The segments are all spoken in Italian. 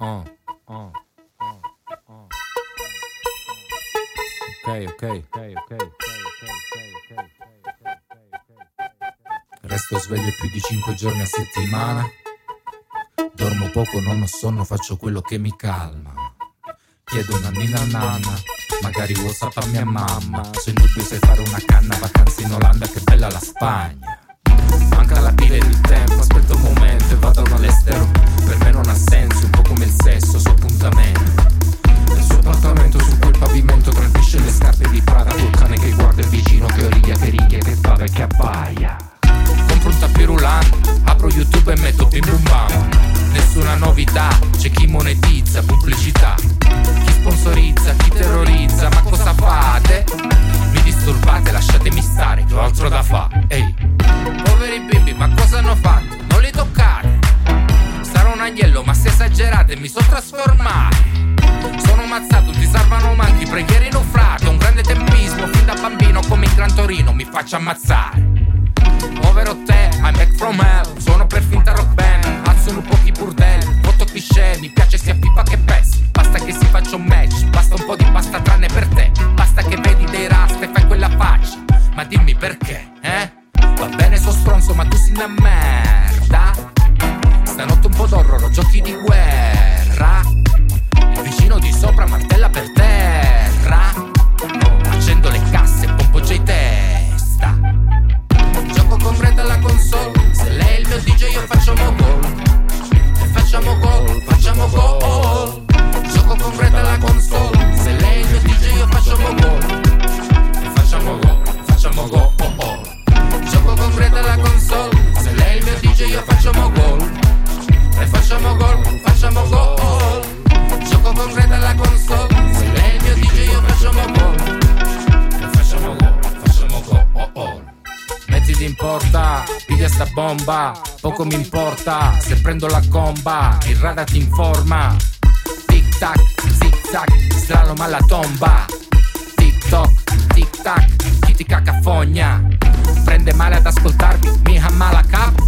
Ok. Resto sveglio più di 5 giorni a settimana. Dormo poco, non ho sonno, faccio quello che mi calma. Chiedo nannina a nanna, magari WhatsApp a mia mamma. Se in dubbio sai fare una canna, vacanze in Olanda, che bella la Spagna. Manca la pila ed il tempo, aspetto un momento e vado all'estero. Per me non ha senso, un po' come il sesso, su appuntamento. Nel suo appartamento su quel pavimento tradisce le scarpe di Prada, col cane che guarda il vicino che origlia, che righe, che bava e che abbaia. Compro un tapirulano, apro YouTube e metto bim bum bam. Nessuna novità, c'è chi monetizza, pubblicità. Chi sponsorizza, chi terrorizza, ma cosa fate? Mi disturbate, lasciatemi stare, che ho altro da fare. Ehi, poveri bimbi, ma cosa hanno fatto? Non li toccate. Sarò un agnello, ma se esagerate mi so trasformare. Sono mazzato, ti salvano manchi, preghiere in un frate. Un grande tempismo, fin da bambino come in Gran Torino, mi faccio ammazzare. Povero te, I'm back from hell. Sono per finta rock band, alzo un pochi burdelli, foto cliché, mi piace sia FIFA che PES. Basta che si faccia un match, basta un po' di pasta tranne per te. Basta che vedi dei rasta e fai quella faccia. Ma dimmi perché, Va bene so stronzo, ma tu sei una merda. Stanotte un po' d'horror, giochi di guerra. Il vicino di sopra martella per terra. Accendo le casse, pompo già in testa. Gioco con Brenda alla console. Se lei è il mio DJ io facciamo gol. E facciamo gol, facciamo gol. Gioco con Brenda alla console. Se lei è il mio DJ io facciamo gol. E facciamo gol, facciamo gol. Gioco con Brenda alla console. Se lei è il mio DJ io facciamo gol. E facciamo gol, facciamo gol. Gioco con Brenda alla console. Se lei è il mio DJ io facciamo gol. E facciamo gol, facciamo gol. Mettiti in porta, piglia sta bomba. Poco mi importa, se prendo la comba. Il radar ti informa. Tic tac, zig zag, slalom alla tomba. Tic toc, tic tac, chi ti cacafogna. Prende male ad ascoltarmi, mi ammala capo.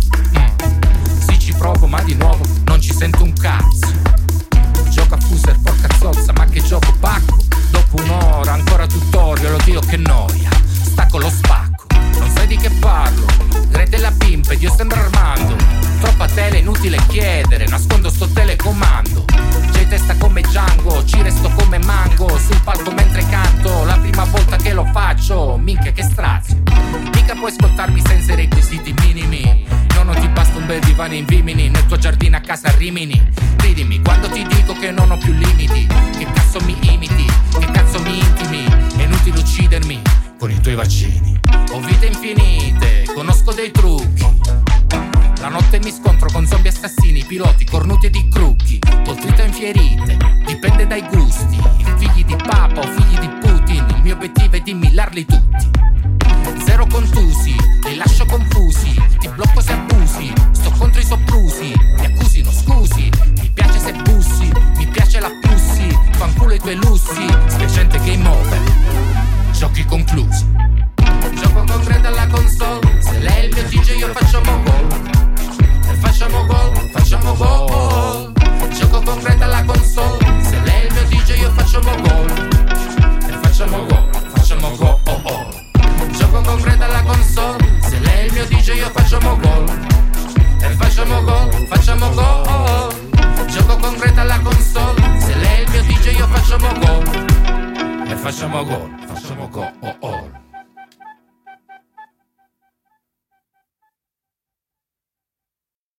Sì ci provo ma di nuovo non ci sento un cazzo. Gioco a fuser, porca zozza, ma che gioco pacco. Dopo un'ora ancora tutorial, oddio che noia. Stacco lo spacco, non sai di che parlo. Grete la pimp ed io sembro Armando. Troppa tele, inutile chiedere, nascondo sto telecomando. C'hai testa come Django, ci resto come Mango. Sul palco mentre canto, la prima volta che lo faccio. Minchia che strazio, mica puoi ascoltarmi senza i requisiti minimi. No, non ti basta un bel divano in Vimini, nel tuo giardino a casa a Rimini. Ridimi quando ti dico che non ho più limiti. Che cazzo mi imiti, che cazzo mi intimi. È inutile uccidermi con i tuoi vaccini. Ho vite infinite, conosco dei trucchi. La notte mi scontro con zombie assassini, piloti cornuti di crucchi, poltrite infierite, dipende dai gusti. Figli di Papa o figli di Putin, il mio obiettivo è di millarli tutti. Zero contusi, li lascio confusi, ti blocco se abusi, sto contro i soprusi, mi accusino scusi, mi piace se bussi, mi piace la pussi, fanculo i tuoi lussi, spiacente game over, giochi conclusi. Gioco con Brenda alla console, se lei è il mio DJ io facciamo gol. E facciamo gol, facciamo gol. Gioco con Brenda alla console, se lei è il mio DJ io facciamo gol. E facciamo gol, facciamo gol. Gioco con Brenda alla console, se lei è il mio DJ io facciamo gol. E facciamo gol, facciamo gol. Gioco con Brenda alla console, se lei è il mio DJ io facciamo gol. E facciamo gol, facciamo gol.